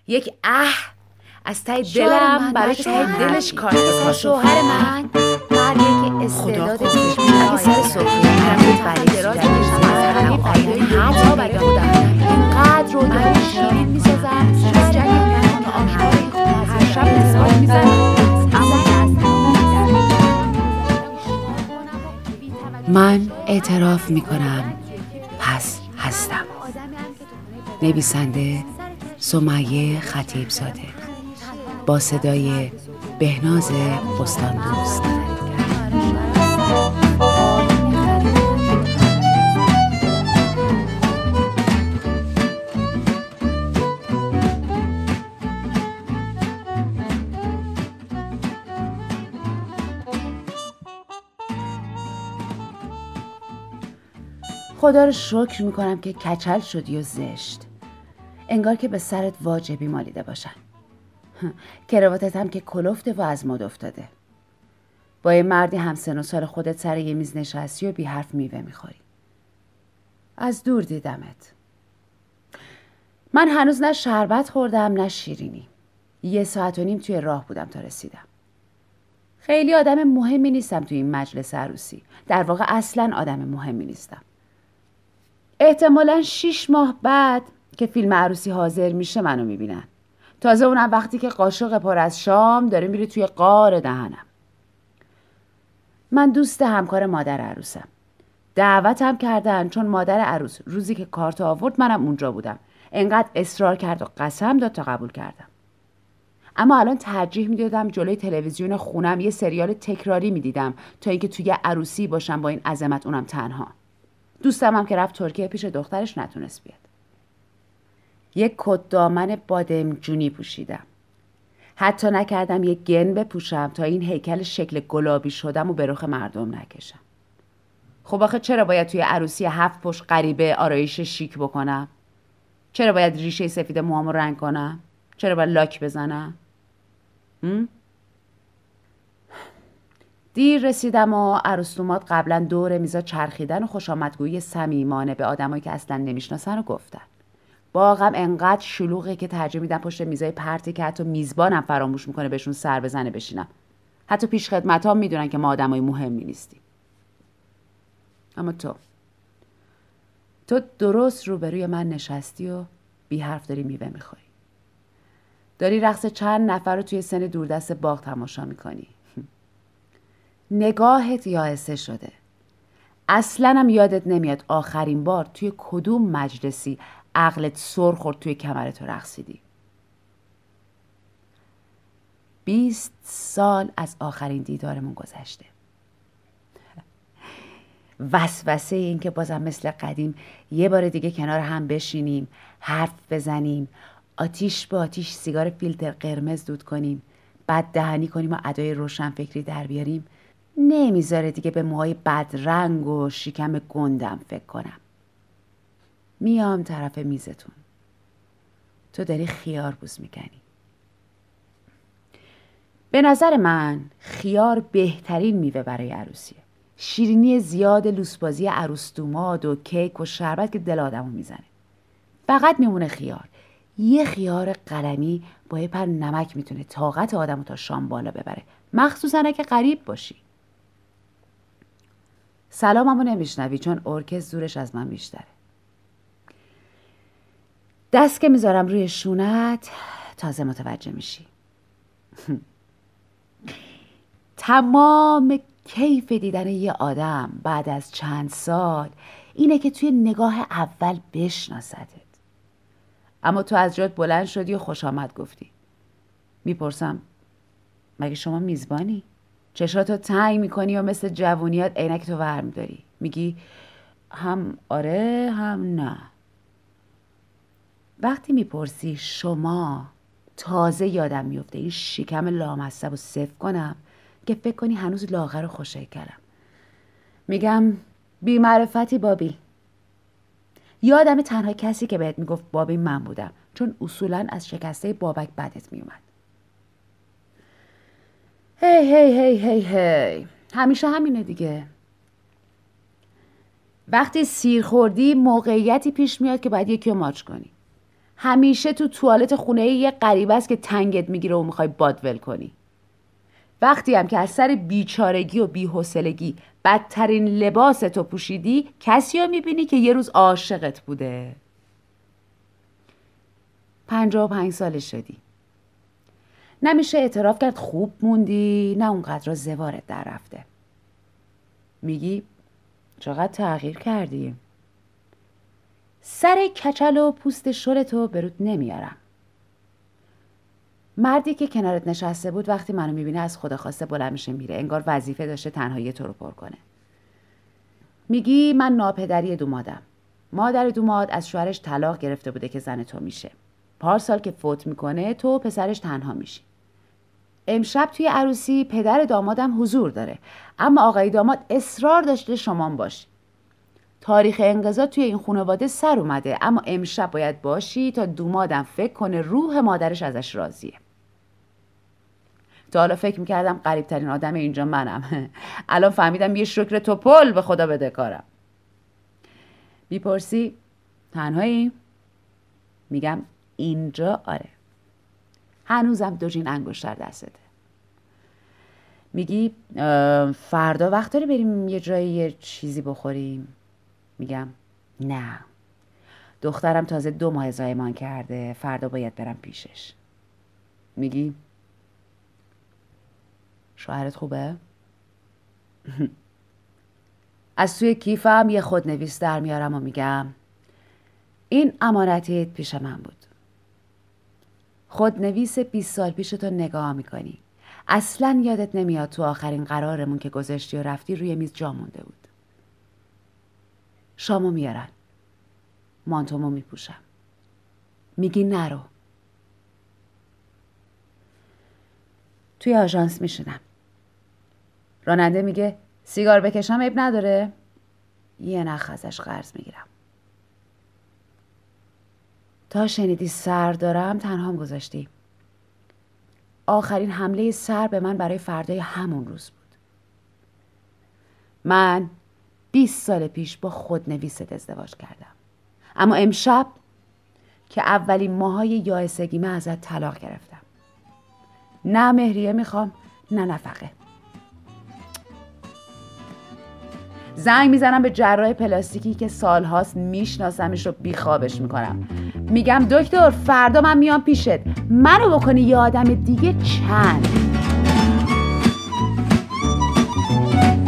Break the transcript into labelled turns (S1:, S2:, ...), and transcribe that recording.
S1: یک از ته دلم برای ته دلش کار میکنه.
S2: شوهر من مردیه که استعداد
S1: اگه سر سفره میرم برای دراز میشم از همه آیدایی حتی برای خودم اینقدر رو داری شیرین میسازم از جنگ میرم که آشقای هر شب مثال میزنم. من اعتراف میکنم پس هستم. نویسنده سمیه خطیبزاده با صدای بهناز بستاندوست. خدا رو شکر میکنم که کچل شدی و زشت، انگار که به سرت واجبی مالیده باشن. کراواتت هم که کلفته و از مد افتاده. با یه مردی همسن و سال خودت سر یه میز نشستی و بی حرف میوه میخوری. از دور دیدمت. من هنوز نه شربت خوردم نه شیرینی. 1.5 ساعت توی راه بودم تا رسیدم. خیلی آدم مهمی نیستم توی این مجلس عروسی. در واقع اصلاً آدم مهمی نیستم. احتمالاً 6 ماه بعد که فیلم عروسی حاضر میشه منو میبینن. تازه اونم وقتی که قاشق پر از شام داره میره توی قار دهنم. من دوست همکار مادر عروسم. دعوتم کردن چون مادر عروس روزی که کارت آورد منم اونجا بودم. انقدر اصرار کرد و قسم داد تا قبول کردم. اما الان ترجیح میدادم جلوی تلویزیون خونم یه سریال تکراری میدیدم تا اینکه توی عروسی باشم با این عظمت، اونم تنها. دوستم هم که رفت ترکیه پیش دخترش نتونست بیاد. یک کت دامن بادمجونی پوشیدم. حتی نکردم یک گن بپوشم تا این هیکل شکل گلابی شدم و به رخ مردم نکشم. خب آخه چرا باید توی عروسی 7 پشت غریبه آرایش شیک بکنم؟ چرا باید ریشه سفید موهامو رنگ کنم؟ چرا باید لاک بزنم؟ دیر رسیدم و عروس‌دومات قبلا دور میزا چرخیدن و خوشامدگویی صمیمانه به آدمایی که اصلا نمیشناسن رو گفتن. باغم انقدر شلوغه که ترجیح میدم پشت میزای پرتی که حتی میزبانم فراموش میکنه بهشون سر بزنه بشینم. حتی پیش خدمتام میدونن که ما آدمای مهمی نیستیم. اما تو درست روبروی من نشستی و بی حرف داری میوه میخوری. داری رقص چند نفر رو توی سن دوردست باغ تماشا میکنی. نگاهت یائسه شده. اصلاً هم یادت نمیاد آخرین بار توی کدوم مجلسی عقلت سر خورد توی کمرت رقصیدی. 20 سال از آخرین دیدارمون گذشته. وسوسه این که بازم مثل قدیم یه بار دیگه کنار هم بشینیم، حرف بزنیم، آتیش به آتیش سیگار فیلتر قرمز دود کنیم، بعد دهنی کنیم و ادای روشن فکری در بیاریم نمیذاره دیگه به موهای بدرنگ و شکم گندم فکر کنم. میام طرف میزتون. تو داری خیار بوز میکنی. به نظر من خیار بهترین میوه برای عروسیه. شیرینی زیاد لوسبازی عروس‌دوماد و کیک و شربت که دل آدمو میزنه. فقط میمونه خیار. یه خیار قلمی با یه پر نمک میتونه طاقت آدمو تا شام بالا ببره. مخصوصا اگه غریب باشی. سلاممو نمیشنوی چون ارکستر زورش از من بیشتره. دست که میذارم روی شونت تازه متوجه میشی. تمام کیف دیدن یه آدم بعد از چند سال اینه که توی نگاه اول بشناستت. اما تو از جات بلند شدی و خوش آمد گفتی. میپرسم مگه شما میزبانی؟ چشاتو تنگ میکنی و مثل جوونیات عینک تو ور میداری. میگی هم آره هم نه. وقتی میپرسی شما تازه یادم میفته این شکم لامصب و صفر کنم که فکر کنی هنوز لاغر و خوش‌هیکلم. میگم بی معرفتی بابی. یادم تنها کسی که بهت میگفت بابی من بودم، چون اصولاً از شکسته بابک بدت میومد. هی همیشه همینه دیگه. وقتی سیر خوردی موقعیتی پیش میاد که باید یکی رو ماچ کنی. همیشه تو توالت خونه یه غریبه است که تنگت میگیره و میخوای باد ول کنی. وقتی هم که از سر بیچارگی و بی‌حوصلگی بدترین لباس تو پوشیدی، کسی رو میبینی که یه روز عاشقت بوده. 55 سالش شدی. نمیشه اعتراف کرد خوب موندی، نه اونقدر زوارت در رفته. میگی چقدر تغییر کردی. سر کچل و پوست شلتو برود نمیارم. مردی که کنارت نشسته بود وقتی منو میبینه از خدا خواسته بلند میشه میره، انگار وظیفه داشته تنهایی تو رو پر کنه. میگی من ناپدری دومادم. مادر دوماد از شوهرش طلاق گرفته بوده که زن تو میشه. پارسال که فوت میکنه تو و پسرش تنها میشی. امشب توی عروسی پدر دامادم حضور داره، اما آقای داماد اصرار داشته شما باشی. تاریخ انقضا توی این خانواده سر اومده، اما امشب باید باشی تا دومادم فکر کنه روح مادرش ازش راضیه. تا حالا فکر میکردم غریبترین آدم اینجا منم. الان فهمیدم یه شکر توپل به خدا بده کارم. میپرسی تنهایی؟ میگم اینجا آره. هنوزم 2 جین انگشتر دستته. میگی فردا وقت داری بریم یه جایی یه چیزی بخوریم؟ میگم نه، دخترم تازه 2 ماه زایمان کرده، فردا باید برم پیشش. میگی شوهرت خوبه؟ از توی کیفم یه خودنویس در میارم و میگم این امانتیت پیش من بود. خودنویس 20 سال پیشتو نگاه میکنی، اصلا یادت نمیاد تو آخرین قرارمون که گذشتی و رفتی روی میز جا مونده بود. شامو میارن، مانتومو میپوشم، میگی نرو. توی آژانس میشینم، راننده میگه سیگار بکشم عیب نداره، یه نخ ازش قرض میگیرم. تا شنیدی سر دارم تنهام گذاشتی. آخرین حمله سر به من برای فردای همون روز بود. من 20 سال پیش با خودنویست ازدواج کردم، اما امشب که اولین ماهای یائسگیمه ازت طلاق گرفتم. نه مهریه میخوام نه نفقه. زنگ میزنم به جراح پلاستیکی که سالهاست میشناسمش و بیخوابش میکنم. میگم دکتر فردا من میام پیشت، منو بکنی یه آدم دیگه چند.